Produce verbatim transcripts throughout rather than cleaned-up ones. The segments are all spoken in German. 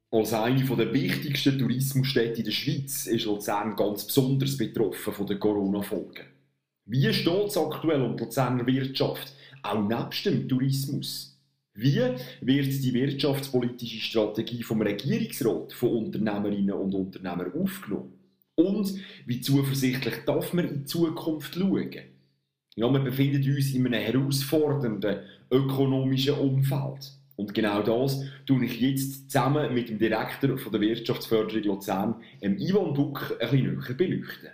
Als eine der wichtigsten Tourismusstädte in der Schweiz ist Luzern ganz besonders betroffen von den Corona-Folgen. Wie steht es aktuell um die Luzerner Wirtschaft, auch nebst dem Tourismus? Wie wird die wirtschaftspolitische Strategie vom Regierungsrat von Unternehmerinnen und Unternehmern aufgenommen? Und wie zuversichtlich darf man in die Zukunft schauen? Ja, wir befinden uns in einem herausfordernden ökonomischen Umfeld. Und genau das tue ich jetzt zusammen mit dem Direktor von der Wirtschaftsförderung Luzern, dem Ivan Buck, ein bisschen näher beleuchten.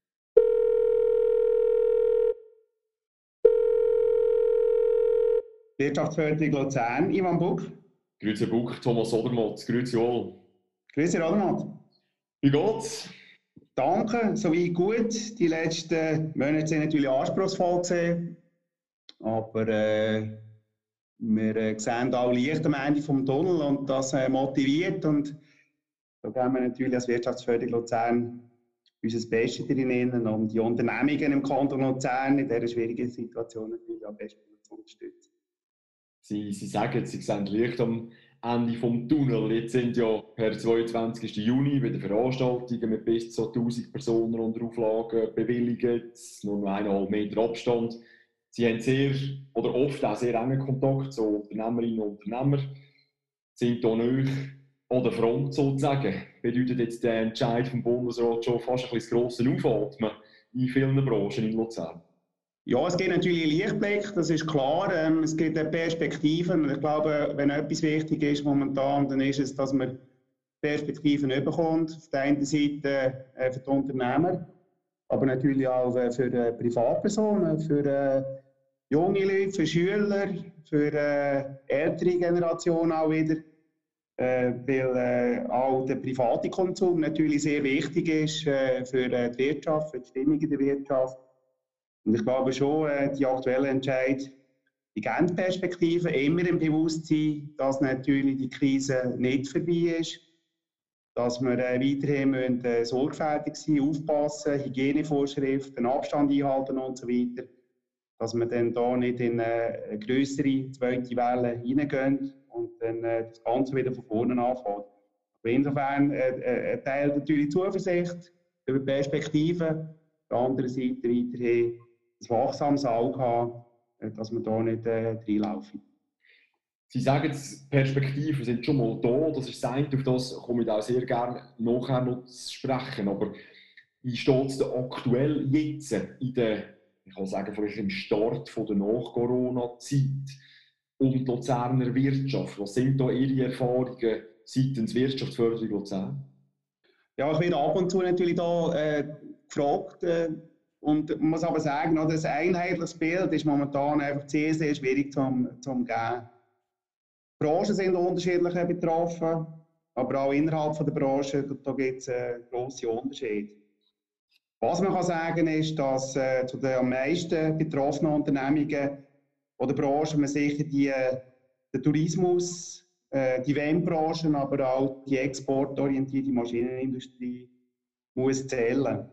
Wirtschaftsförderung Luzern, Ivan Buck. Grüezi Buck, Thomas Odermatt, grüezi wohl. Grüezi Odermatt. Wie geht's? Danke, soweit gut. Die letzten Monate sind natürlich anspruchsvoll gewesen, aber äh, wir äh, sehen auch Licht am Ende des Tunnels und das äh, motiviert. Und da geben wir natürlich als Wirtschaftsförderung Luzern unser Bestes drin, um die Unternehmungen im Kanton Luzern in dieser schwierigen Situation natürlich am besten zu unterstützen. Sie, Sie sagen, Sie sehen Licht am Ende des Tunnels. Jetzt sind ja per zweiundzwanzigsten Juni wieder Veranstaltungen mit bis zu tausend Personen unter Auflagen bewilligt, nur noch eineinhalb Meter Abstand. Sie haben sehr oder oft auch sehr engen Kontakt zu Unternehmerinnen und Unternehmern, sind hier nicht an der Front sozusagen. Bedeutet jetzt der Entscheid vom Bundesrat schon fast ein bisschen das grosse Aufatmen in vielen Branchen in Luzern? Ja, es gibt natürlich einen Lichtblick, das ist klar. Ähm, es gibt Perspektiven. Ich glaube, wenn etwas wichtig ist momentan, dann ist es, dass man Perspektiven bekommt. Auf der einen Seite äh, für die Unternehmer, aber natürlich auch äh, für äh, Privatpersonen, für äh, junge Leute, für Schüler, für äh, ältere Generationen auch wieder. Äh, weil äh, auch der private Konsum natürlich sehr wichtig ist äh, für äh, die Wirtschaft, für die Stimmung in der Wirtschaft. Und ich glaube schon, äh, die aktuelle Entscheid, die Gesamtperspektive, immer im Bewusstsein, dass natürlich die Krise nicht vorbei ist, dass wir äh, weiterhin müssen, äh, sorgfältig sein, aufpassen, Hygienevorschriften, Abstand einhalten und so weiter, dass wir dann da nicht in äh, eine größere zweite Welle hineingehen und dann äh, das Ganze wieder von vorne anfängt. Aber insofern äh, äh, teilt natürlich Zuversicht über Perspektiven, auf der anderen Seite weiterhin ein wachsames Auge haben, dass wir da nicht äh, reinlaufen. Sie sagen, die Perspektiven sind schon mal da, das ist das eine, auf das komme ich auch sehr gerne nachher noch zu sprechen. Aber wie steht es aktuell jetzt in der, ich kann sagen, vielleicht im Start von der Nach-Corona-Zeit um die Luzerner Wirtschaft? Was sind da Ihre Erfahrungen seitens Wirtschaftsförderung Luzern? Ja, ich werde ab und zu natürlich da äh, gefragt, äh, und muss aber sagen, oder, das einheitliche Bild ist momentan einfach sehr, sehr schwierig zu umgehen. Die Branchen sind unterschiedlich betroffen, aber auch innerhalb der Branche da gibt es äh, grosse Unterschiede. Was man kann sagen ist, dass äh, zu den am meisten betroffenen Unternehmungen oder Branchen man sicher die, äh, den Tourismus, äh, die W M Branchen, aber auch die exportorientierte Maschinenindustrie muss zählen.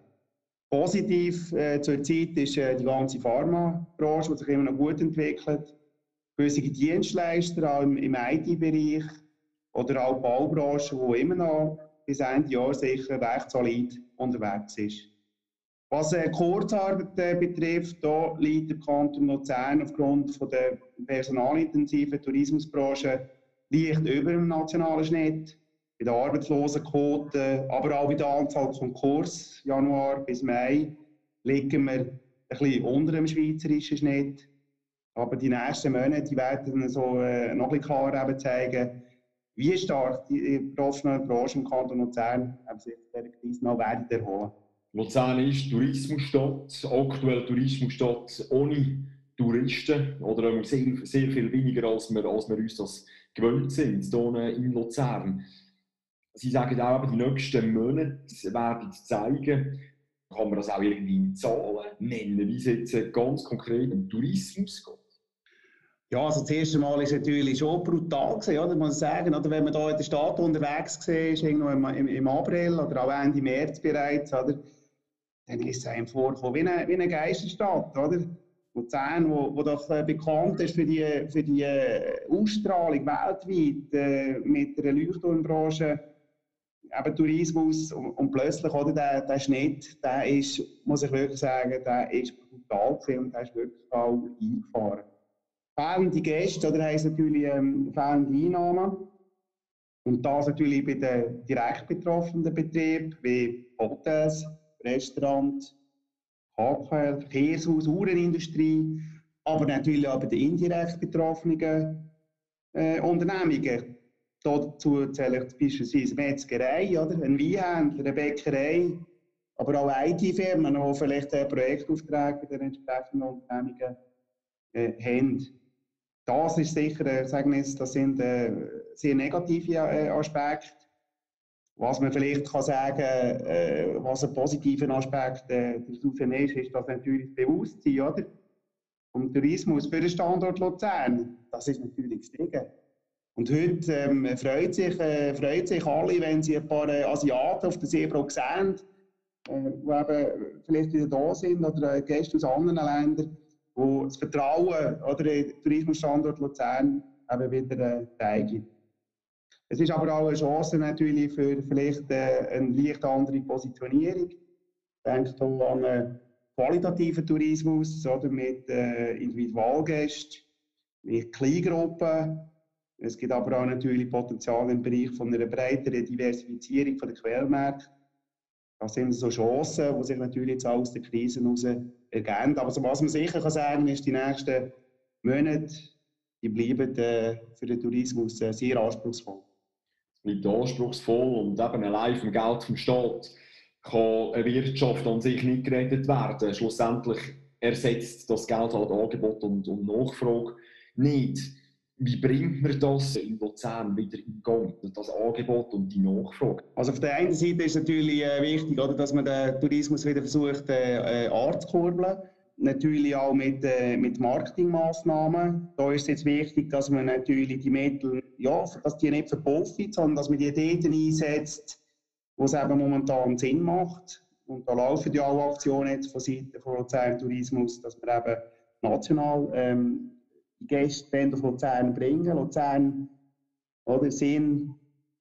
Positiv äh, zurzeit ist äh, die ganze Pharmabranche, die sich immer noch gut entwickelt. Gewisse Dienstleister auch im, im I T-Bereich oder auch die Baubranche, die immer noch bis Ende Jahr sicher recht solid unterwegs ist. Was äh, Kurzarbeit äh, betrifft, da liegt der Kanton Luzern aufgrund von der personalintensiven Tourismusbranche leicht über dem nationalen Schnitt. Bei der Arbeitslosenquote, aber auch bei der Anzahl Konkurs, Januar bis Mai, liegen wir ein bisschen unter dem schweizerischen Schnitt. Aber die nächsten Monate die werden so äh, noch ein bisschen klarer zeigen, wie stark die betroffenen Branchen im Kanton Luzern sich dieser Krise noch werden erholen. Luzern ist Tourismusstadt, aktuell Tourismusstadt ohne Touristen oder sehr, sehr viel weniger, als wir, als wir uns das gewöhnt sind hier in Luzern. Sie sagen auch, die nächsten Monate werden zeigen, kann man das auch irgendwie in Zahlen nennen, wie es jetzt ganz konkret um Tourismus geht? Ja, also das erste Mal war es natürlich schon brutal gewesen, oder? Muss ich sagen, oder? Wenn man hier in der Stadt unterwegs war, irgendwo im, im, im April oder auch Ende März bereits, oder? Dann ist es einem vorgekommen wie eine, wie eine Geisterstadt, oder? Luzern, wo, wo doch äh, bekannt ist für die, für die äh, Ausstrahlung weltweit äh, mit der Leuchtturmbranche, eben Tourismus und, und plötzlich, oder, der, der Schnitt, der ist, muss ich wirklich sagen, der ist brutal gewesen und der ist wirklich auch eingefahren. Fehlende Gäste, oder heisst natürlich ähm, fehlende Einnahmen. Und das natürlich bei den direkt betroffenen Betrieben wie Hotels, Restaurants, H K L, Verkehrshaus, Uhrenindustrie, aber natürlich auch bei den indirekt betroffenen äh, Unternehmungen. Dazu zähle ich beispielsweise Metzgerei, oder? Ein Weinhändler, eine Bäckerei, aber auch I T-Firmen, die vielleicht einen Projektauftrag bei den entsprechenden Unternehmungen äh, haben. Das ist sicher, äh, sagen wir jetzt, das sind äh, sehr negative äh, Aspekte. Was man vielleicht kann sagen, äh, was ein positiver Aspekt äh, daraus ist, ist das natürlich das Bewusstsein, oder? Vom Tourismus für den Standort Luzern. Das ist natürlich gestiegen. Und heute ähm, freut, sich, äh, freut sich alle, wenn sie ein paar äh, Asiaten auf der Seebrücke sehen, äh, die eben vielleicht wieder da sind, oder äh, Gäste aus anderen Ländern, wo das Vertrauen oder den Tourismusstandort Luzern eben wieder äh, zeigen. Es ist aber auch eine Chance natürlich für vielleicht äh, eine leicht andere Positionierung. Denkt hier an einen qualitativen Tourismus, oder, mit äh, Individualgästen, mit Kleingruppen. Es gibt aber auch natürlich Potenzial im Bereich von einer breiteren Diversifizierung der Quellmärkte. Das sind so Chancen, die sich natürlich jetzt auch aus der Krise heraus ergeben. Aber was man sicher kann sagen ist, die nächsten Monate die bleiben äh, für den Tourismus äh, sehr anspruchsvoll. Es bleibt anspruchsvoll und eben allein vom Geld vom Staat kann eine Wirtschaft an sich nicht gerettet werden. Schlussendlich ersetzt das Geld halt Angebot und, und Nachfrage nicht. Wie bringt man das in Luzern wieder in Gang, das Angebot und die Nachfrage? Also auf der einen Seite ist natürlich äh, wichtig, oder, dass man den Tourismus wieder versucht äh, anzukurbeln. Natürlich auch mit, äh, mit Marketingmaßnahmen. Da ist es jetzt wichtig, dass man natürlich die Mittel, ja, dass die nicht verpulvern, sondern dass man die dort einsetzt, wo es eben momentan Sinn macht. Und da laufen ja auch Aktionen jetzt von Seiten von Luzern Tourismus, dass wir eben national ähm, die Gäste auf Luzern bringen. Luzern, oder Sinn,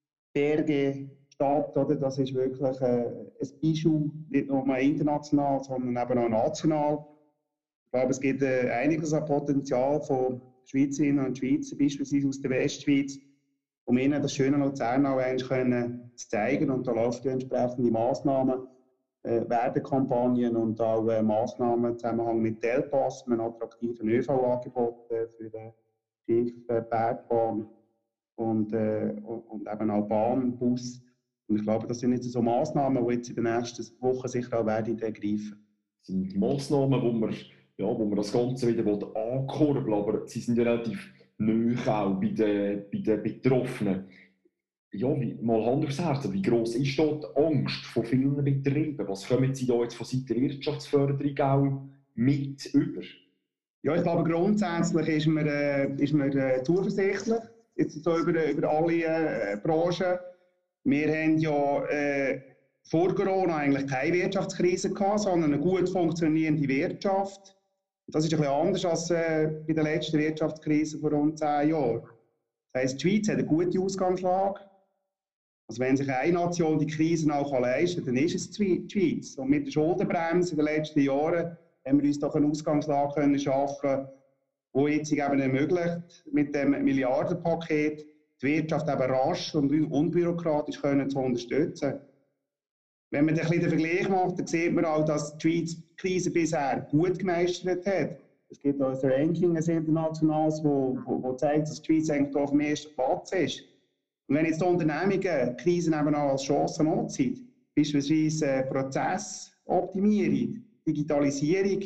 Berge, Stadt, oder, das ist wirklich äh, ein Bijou, nicht nur international, sondern eben auch national. Ich glaube, es gibt äh, einiges an Potenzial von Schweizerinnen und Schweizern, beispielsweise aus der Westschweiz, um ihnen das schöne Luzern auch eigentlich können zu zeigen. Und da laufen ja entsprechende Massnahmen, äh, Werbekampagnen und auch äh, Massnahmen im Zusammenhang mit Telpass, einem attraktiven Ö V-Angebot äh, für den Schiff, äh, Bergbahn und, äh, und eben auch Bahn, Bus. Und ich glaube, das sind jetzt so Massnahmen, die jetzt in den nächsten Wochen sicher auch werden ergreifen. Das sind Massnahmen, wo man, ja, wo man das Ganze wieder ankurbeln will, aber sie sind ja relativ neu auch bei den, bei den Betroffenen. Ja, wie, mal Hand aufs Herz, wie gross ist da die Angst von vielen Betrieben? Was kommen Sie da jetzt von Seiten der Wirtschaftsförderung auch mit über? Ja, ich glaube, grundsätzlich ist man, äh, ist man äh, zuversichtlich, jetzt so über, über alle äh, Branchen. Wir haben ja äh, vor Corona eigentlich keine Wirtschaftskrise gehabt, sondern eine gut funktionierende Wirtschaft. Das ist ein bisschen anders als äh, bei der letzten Wirtschaftskrise vor rund zehn Jahren. Das heisst, die Schweiz hat eine gute Ausgangslage. Also wenn sich eine Nation die Krisen auch leisten kann, dann ist es die Schweiz. Und mit der Schuldenbremse in den letzten Jahren haben wir uns doch eine Ausgangslage können schaffen, die jetzt eben ermöglicht, mit dem Milliardenpaket die Wirtschaft eben rasch und unbürokratisch können zu unterstützen. Wenn man ein bisschen den Vergleich macht, dann sieht man auch, dass die Schweiz die Krise bisher gut gemeistert hat. Es gibt auch ein Ranking, ein internationales, das zeigt, dass die Schweiz eigentlich auf dem ersten Platz ist. Und wenn jetzt die Unternehmungen Krisen eben auch als Chance nutzen, beispielsweise Prozessoptimierung, Digitalisierung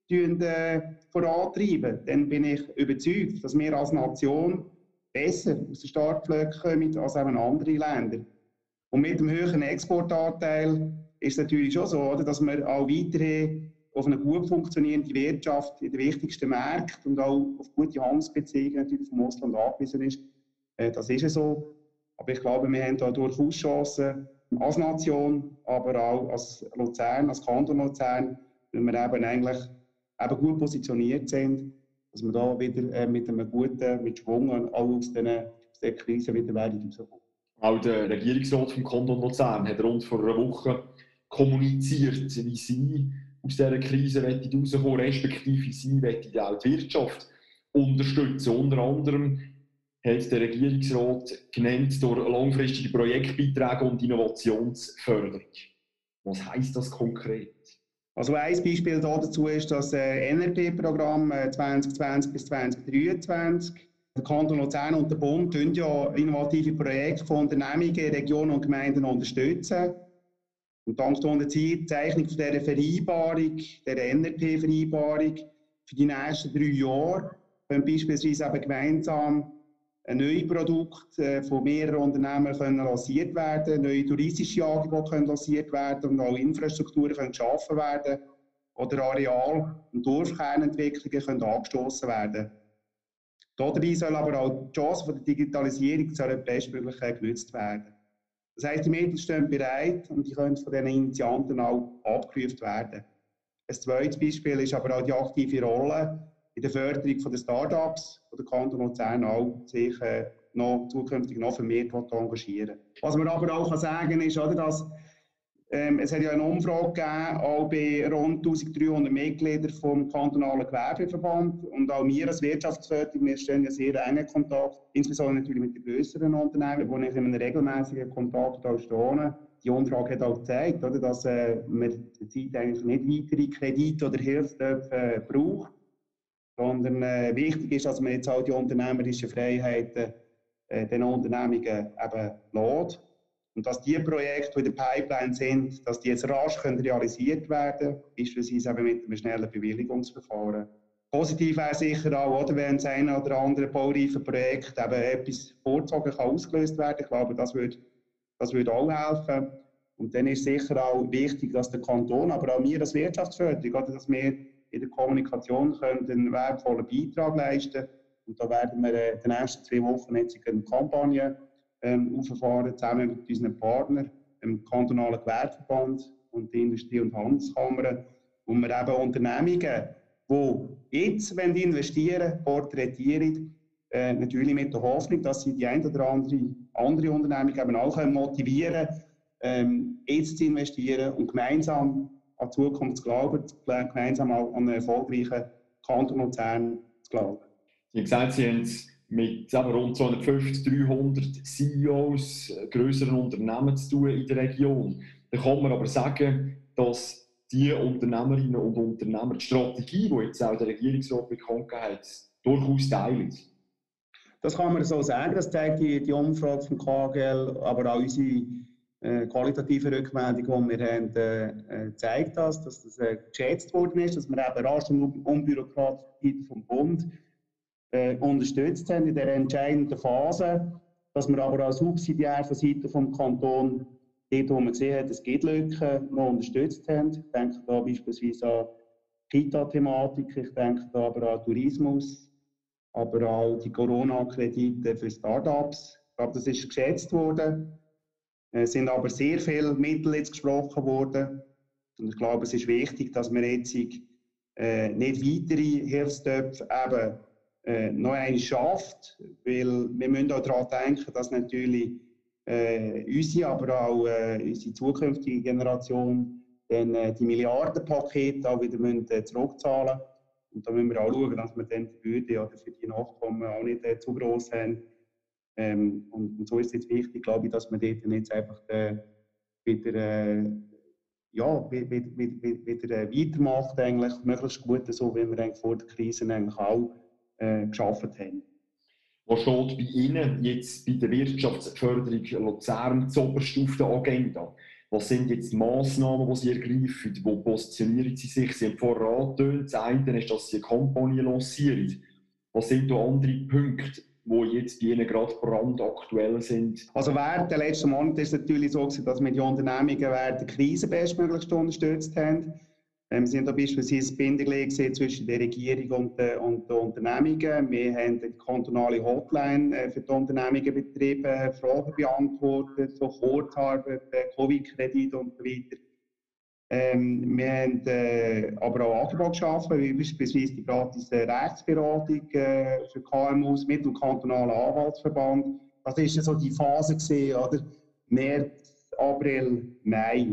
äh, vorantreiben, dann bin ich überzeugt, dass wir als Nation besser aus den Startblöcken kommen als eben andere Länder. Und mit dem höheren Exportanteil ist es natürlich schon so, oder, dass wir auch weiterhin auf eine gut funktionierende Wirtschaft in den wichtigsten Märkten und auch auf gute Handelsbeziehungen natürlich vom Ausland angewiesen ist. Äh, das ist ja so. Aber ich glaube, wir haben da durchaus Chancen als Nation, aber auch als Luzern, als Kanton Luzern, weil wir eben eigentlich eben gut positioniert sind, dass wir da wieder äh, mit einem guten, mit Schwung auch aus dieser, aus dieser Krise wieder rauskommen. Auch der Regierungsrat vom Kanton Luzern hat rund vor einer Woche kommuniziert, wie sie aus dieser Krise rauskommen, respektive wie sie auch die Wirtschaft unterstützen. Unter anderem hat der Regierungsrat genannt durch langfristige Projektbeiträge und Innovationsförderung. Was heisst das konkret? Also ein Beispiel dazu ist das N R P-Programm zwanzig zwanzig bis zwanzig dreiundzwanzig. Der Kanton Luzern und der Bund unterstützen ja innovative Projekte von Unternehmungen, Regionen und Gemeinden unterstützen. Und dank der Unterzeichnung dieser Vereinbarung, dieser N R P-Vereinbarung für die nächsten drei Jahre können beispielsweise eben gemeinsam neue Produkte von mehreren Unternehmen können lanciert werden, neue touristische Angebote können lanciert werden und auch Infrastrukturen können geschaffen werden oder Areal- und Dorfkernentwicklungen können angestoßen werden. Dabei soll aber auch die Chance der Digitalisierung bestmöglich genutzt werden. Das heisst, die Mittel stehen bereit und die können von diesen Initianten auch abgerufen werden. Ein zweites Beispiel ist aber auch die aktive Rolle in der Förderung der Start-ups, wo der Kanton Luzern auch sich äh, noch zukünftig noch vermehrt engagieren. Was man aber auch kann sagen ist, oder, dass ähm, es hat ja eine Umfrage gegeben, auch bei rund eintausenddreihundert Mitgliedern vom kantonalen Gewerbeverband und auch wir als Wirtschaftsförderung, wir stehen ja sehr engen Kontakt, insbesondere natürlich mit den grösseren Unternehmen, wo ich in einem regelmäßigen Kontakt auch stehe. Die Umfrage hat auch gezeigt, oder, dass äh, man zurzeit eigentlich nicht weitere Kredite oder Hilfstöpfe äh, braucht, sondern äh, wichtig ist, dass man jetzt auch die unternehmerischen Freiheiten äh, den Unternehmungen eben lässt. Und dass die Projekte, die in der Pipeline sind, dass die jetzt rasch können realisiert werden können, beispielsweise eben mit einem schnellen Bewilligungsverfahren. Positiv wäre sicher auch, oder, wenn das eine oder andere baureife Projekt eben etwas vorzogen kann ausgelöst werden. Ich glaube, das würde, das würde auch helfen. Und dann ist sicher auch wichtig, dass der Kanton, aber auch wir als Wirtschaftsförderung, oder, dass wir in der Kommunikation können einen wertvollen Beitrag leisten. Und da werden wir in den nächsten zwei Wochen jetzt eine Kampagne ähm, auffahren, zusammen mit unseren Partnern, dem kantonalen Gewerbeverband und der Industrie- und Handelskammer, wo wir eben Unternehmungen, die jetzt investieren wollen, porträtieren, äh, natürlich mit der Hoffnung, dass sie die ein oder andere, andere Unternehmung eben auch motivieren können, ähm, jetzt zu investieren und gemeinsam an die Zukunft zu glauben, gemeinsam auch an einen erfolgreichen Kanton Luzern zu glauben. Sie haben gesagt, Sie haben mit rund zweihundertfünfzig, dreihundert C E Os grösseren Unternehmen zu tun in der Region. Da kann man aber sagen, dass die Unternehmerinnen und Unternehmer die Strategie, die jetzt auch der Regierungsrat bekannt hat, durchaus teilen. Das kann man so sagen, das zeigt die, die Umfrage vom K G L, aber auch unsere äh, qualitative Rückmeldung, die wir haben, äh, zeigt das, dass das äh, geschätzt worden ist, dass wir eben rasch und unbürokratisch vom Bund äh, unterstützt haben in dieser entscheidenden Phase, dass wir aber auch subsidiär von Seiten des Kantons, dort wo man gesehen hat, es gibt Lücken, noch unterstützt haben. Ich denke da beispielsweise an die Kita-Thematik, ich denke da aber an Tourismus, aber auch die Corona-Kredite für Start-ups. Ich glaube, das ist geschätzt worden. Es sind aber sehr viele Mittel jetzt gesprochen worden. Und ich glaube, es ist wichtig, dass wir jetzt äh, nicht weitere Hilfstöpfe eben äh, noch einmal schafft, weil wir müssen auch daran denken, dass natürlich äh, unsere, aber auch äh, unsere zukünftige Generation dann äh, die Milliardenpakete auch wieder müssen, äh, zurückzahlen müssen. Und da müssen wir auch schauen, dass wir dann die Bürde oder für die Nachkommen auch nicht äh, zu gross haben. Ähm, und, und so ist es jetzt wichtig, glaube ich, dass man dort jetzt einfach äh, wieder, äh, ja, wieder, wieder, wieder äh, weitermacht, eigentlich, möglichst gut, so wie wir eigentlich vor der Krise eigentlich auch äh, geschafft haben. Was steht bei Ihnen jetzt bei der Wirtschaftsförderung Luzern zuoberst auf der Agenda? Was sind jetzt die Massnahmen, die Sie ergreifen? Wo positionieren Sie sich? Sie haben vorher angetönt, das eine ist, dass Sie eine Kampagne lancieren. Was sind da andere Punkte, die jetzt bei Ihnen gerade brandaktuell sind? Also während der letzten Monate ist es natürlich so, dass wir die Unternehmungen während der Krise bestmöglichst unterstützt haben. Ähm, wir sind da beispielsweise das Bindeglied zwischen der Regierung und, äh, und den Unternehmungen. Wir haben die kantonale Hotline äh, für die Unternehmungen betrieben, Fragen beantwortet, so Kurzarbeit, äh, Covid-Kredite und so weiter. Ähm, wir haben äh, aber auch Angebote geschaffen, wie beispielsweise die gratis äh, Rechtsberatung äh, für K M Us mit dem kantonalen Anwaltsverband. Das war so die Phase, gewesen, oder? März, April, Mai.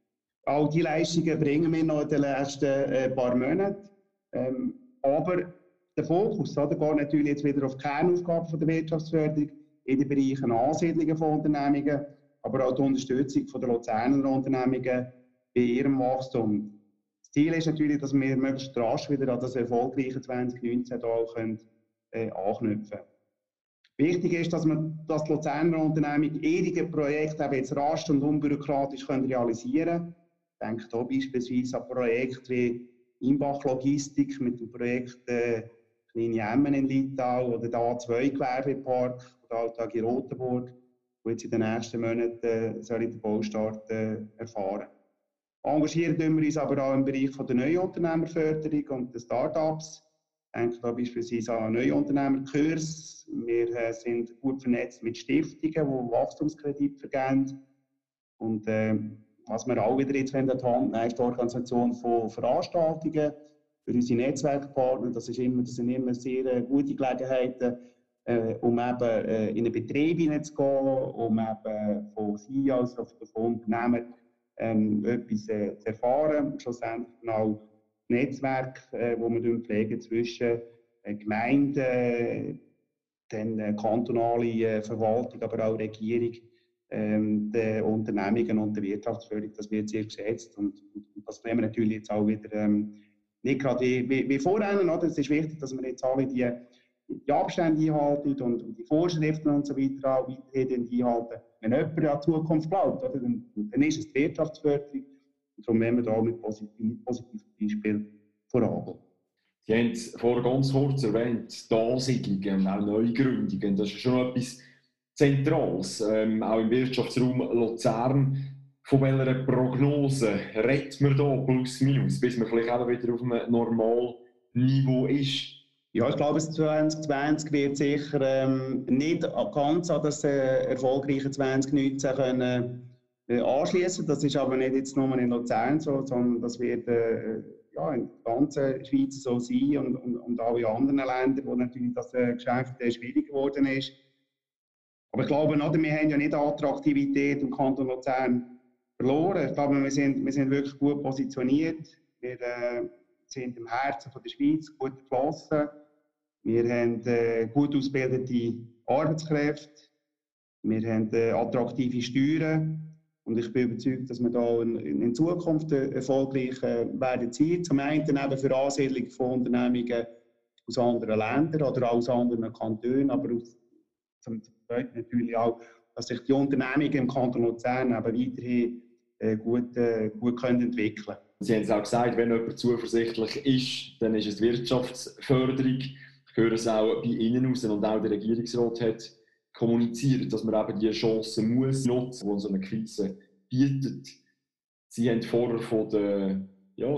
All diese Leistungen bringen wir noch in den letzten äh, paar Monaten. Ähm, aber der Fokus oder, geht natürlich jetzt wieder auf die Kernaufgaben von der Wirtschaftsförderung in den Bereichen Ansiedlungen von Unternehmungen, aber auch die Unterstützung von der Luzerner Unternehmungen bei ihrem Wachstum. Das Ziel ist natürlich, dass wir möglichst rasch wieder an das erfolgreiche zwanzig neunzehn da können, äh, anknüpfen können. Wichtig ist, dass man das Luzerner Unternehmen ihre Projekte jetzt rasch und unbürokratisch können realisieren können. Ich denke hier beispielsweise an Projekte wie Imbach Logistik mit dem Projekt äh, Kleine Emmen in Litau oder der A zwei Gewerbepark oder Alltag in Rotenburg, wo jetzt in den nächsten Monaten äh, soll den Baustart äh, erfahren. Engagieren wir uns aber auch im Bereich von der Neuunternehmerförderung und der Start-ups. Ich denke da beispielsweise an Neuunternehmerkurs. Wir äh, sind gut vernetzt mit Stiftungen, die Wachstumskredite vergeben. Und äh, was wir auch wieder jetzt an die Hand nehmen, ist die Organisation von Veranstaltungen für unsere Netzwerkpartner. Das, ist immer, das sind immer sehr äh, gute Gelegenheiten, äh, um eben äh, in einen Betrieb hineinzugehen, um eben von Sie als von Unternehmen ähm, etwas äh, zu erfahren. Schlussendlich auch Netzwerk, äh, wo wir pflegen zwischen äh, Gemeinden, äh, dann äh, kantonale äh, Verwaltung, aber auch Regierung, ähm, der Unternehmungen und der Wirtschaftsförderung. Das wird sehr geschätzt und, und, und das nehmen wir natürlich jetzt auch wieder ähm, nicht gerade wie, wie, wie vorhin. Oder? Es ist wichtig, dass wir jetzt alle die, die Abstände einhalten und, und die Vorschriften und so weiter auch weiterhin einhalten. Wenn jemand an die Zukunft glaubt, oder? Dann, dann ist es die Wirtschaftsförderung. Und darum werden wir da mit positiven, positiven Beispielen vorangehen. Sie haben es vorher ganz kurz erwähnt, die Ansiedlungen, auch Neugründungen, das ist schon etwas Zentrales, ähm, auch im Wirtschaftsraum Luzern. Von welcher Prognose redet man da plus minus, bis man vielleicht auch wieder auf einem normalen Niveau ist? Ja, ich glaube, zwanzig zwanzig wird sicher ähm, nicht ganz an das äh, erfolgreiche zwanzig neunzehn können, äh, anschließen. Das ist aber nicht jetzt nur in Luzern so, sondern das wird äh, ja, in der ganzen Schweiz so sein und, und, und auch in anderen Ländern, wo natürlich das äh, Geschäft äh, schwierig geworden ist. Aber ich glaube, oder, wir haben ja nicht Attraktivität im Kanton Luzern verloren. Ich glaube, wir sind, wir sind wirklich gut positioniert. Wir äh, sind im Herzen von der Schweiz, gut erschlossen. Wir haben äh, gut ausgebildete Arbeitskräfte. Wir haben äh, attraktive Steuern. Und ich bin überzeugt, dass wir da in, in Zukunft äh, erfolgreich äh, werden sein. Zum einen eben für Ansiedlung von Unternehmungen aus anderen Ländern oder aus anderen Kantonen, aber aus, zum Zweiten natürlich auch, dass sich die Unternehmungen im Kanton Luzern eben weiterhin äh, gut, äh, gut können entwickeln können. Sie haben es auch gesagt, wenn jemand zuversichtlich ist, dann ist es Wirtschaftsförderung. Ich höre es auch bei Ihnen raus und auch der Regierungsrat hat kommuniziert, dass man eben diese Chancen muss nutzen, die so eine Krise bietet. Sie haben vorher von der ja,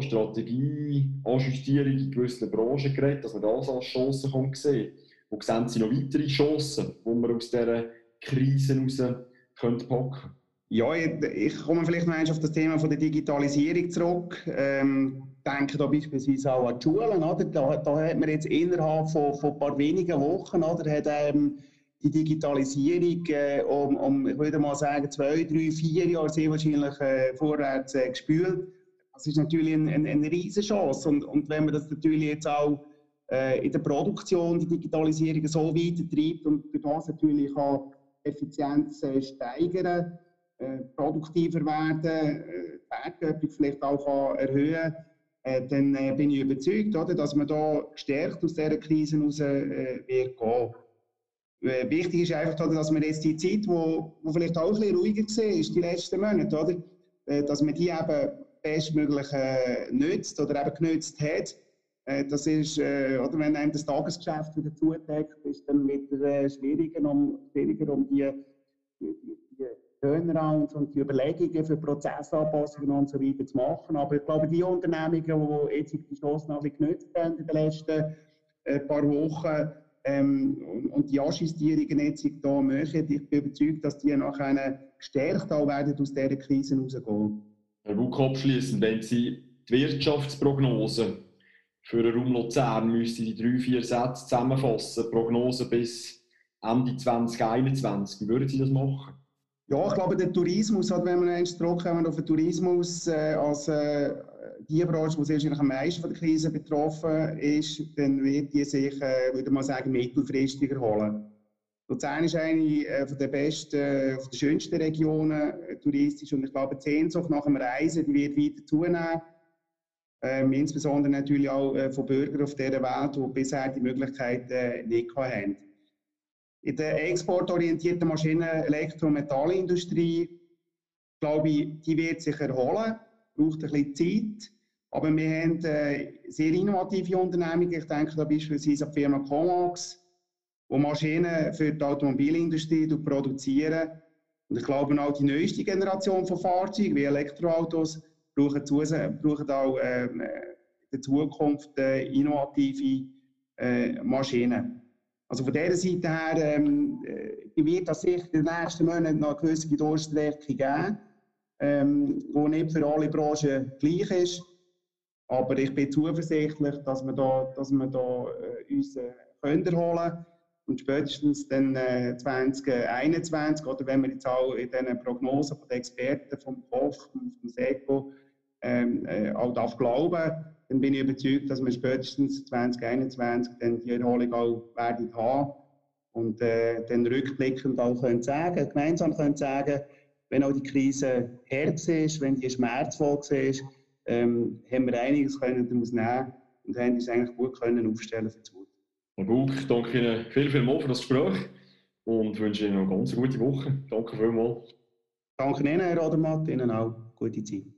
Strategie-Ajustierung in gewissen Branchen geredet, dass man das als Chancen kann sehen kann. Wo sehen Sie noch weitere Chancen, die man aus dieser Krise heraus packen können? Ja, ich, ich komme vielleicht noch auf das Thema von der Digitalisierung zurück. Ähm, denke da beispielsweise auch an die Schulen. Oder? Da, da hat man jetzt innerhalb von, von ein paar wenigen Wochen oder, hat, ähm, die Digitalisierung äh, um, um, ich würde mal sagen, zwei, drei, vier Jahre sehr wahrscheinlich äh, vorwärts äh, gespült. Das ist natürlich eine, eine, eine riesige Chance. Und, und wenn man das natürlich jetzt auch äh, in der Produktion, die Digitalisierung so weitertreibt und durch das natürlich auch Effizienz äh, steigern, äh, produktiver werden, äh, Wertschöpfung vielleicht auch kann erhöhen, äh, dann äh, bin ich überzeugt, oder, dass man da gestärkt aus dieser Krise heraus äh, wird gehen. Äh, wichtig ist einfach, oder, dass man jetzt die Zeit, wo, wo vielleicht auch ein bisschen ruhiger war, ist die letzten Monate, oder, äh, dass man die eben bestmöglich äh, nützt oder eben genützt hat. Äh, das ist, äh, oder, wenn einem das Tagesgeschäft wieder zudeckt, ist dann wieder äh, schwieriger, um, schwieriger, um die, die, die Turnarounds und die Überlegungen für Prozessanpassungen und so weiter zu machen. Aber ich glaube, die Unternehmungen, die jetzt die Chance noch ein bisschen genutzt haben in den letzten äh, paar Wochen ähm, und, und die Ajustierungen jetzt hier machen, ich bin überzeugt, dass die nachher gestärkt auch werden aus dieser Krise rausgehen. Herr Buck, abschliessend, wenn Sie die Wirtschaftsprognose für den Raum Luzern müssten die drei, vier Sätze zusammenfassen, Prognose bis Ende zwanzig einundzwanzig, wie würden Sie das machen? Ja, ich glaube, der Tourismus, halt, wenn wir eins zurückkommen auf den Tourismus äh, als äh, die Branche, die wahrscheinlich am meisten von der Krise betroffen ist, dann wird die sich, äh, würde man sagen, mittelfristig erholen. Luzern ist eine äh, von der besten, äh, von der schönsten Regionen äh, touristisch und ich glaube, die Sehnsucht nach dem Reisen, die wird weiter zunehmen. Ähm, insbesondere natürlich auch äh, von Bürgern auf dieser Welt, die bisher die Möglichkeit äh, nicht hatten. In der exportorientierten Maschinen-, Elektro- und Metallindustrie, glaube ich, die wird sich erholen, braucht ein bisschen Zeit. Aber wir haben äh, sehr innovative Unternehmungen. Ich denke da beispielsweise an die Firma Comax, die Maschinen für die Automobilindustrie produzieren. Und ich glaube auch die neueste Generation von Fahrzeugen, wie Elektroautos, brauchen, brauchen auch äh, in der Zukunft äh, innovative äh, Maschinen. Also von dieser Seite her ähm, wird es sicher in den nächsten Monaten noch eine gewisse Durchstreckung geben, ähm, die nicht für alle Branchen gleich ist. Aber ich bin zuversichtlich, dass wir da, dass wir da äh, uns äh, können erholen und spätestens dann äh, zwanzig einundzwanzig, oder wenn wir jetzt auch in diesen Prognosen von den Experten, vom Koch, vom SECO ähm, äh, auch darf glauben, dann bin ich überzeugt, dass wir spätestens zwanzig einundzwanzig dann die Erholung auch werden haben und äh, dann rückblickend auch können sagen, gemeinsam können sagen, wenn auch die Krise hart ist, wenn die schmerzvoll ist, ähm, haben wir einiges können daraus nehmen und haben uns eigentlich gut können aufstellen für die Zukunft. Herr Buck, ich danke Ihnen viel, viel mal für das Gespräch und wünsche Ihnen noch eine ganz gute Woche. Danke vielmals. Danke Ihnen, Herr Odermatt, Ihnen auch gute Zeit.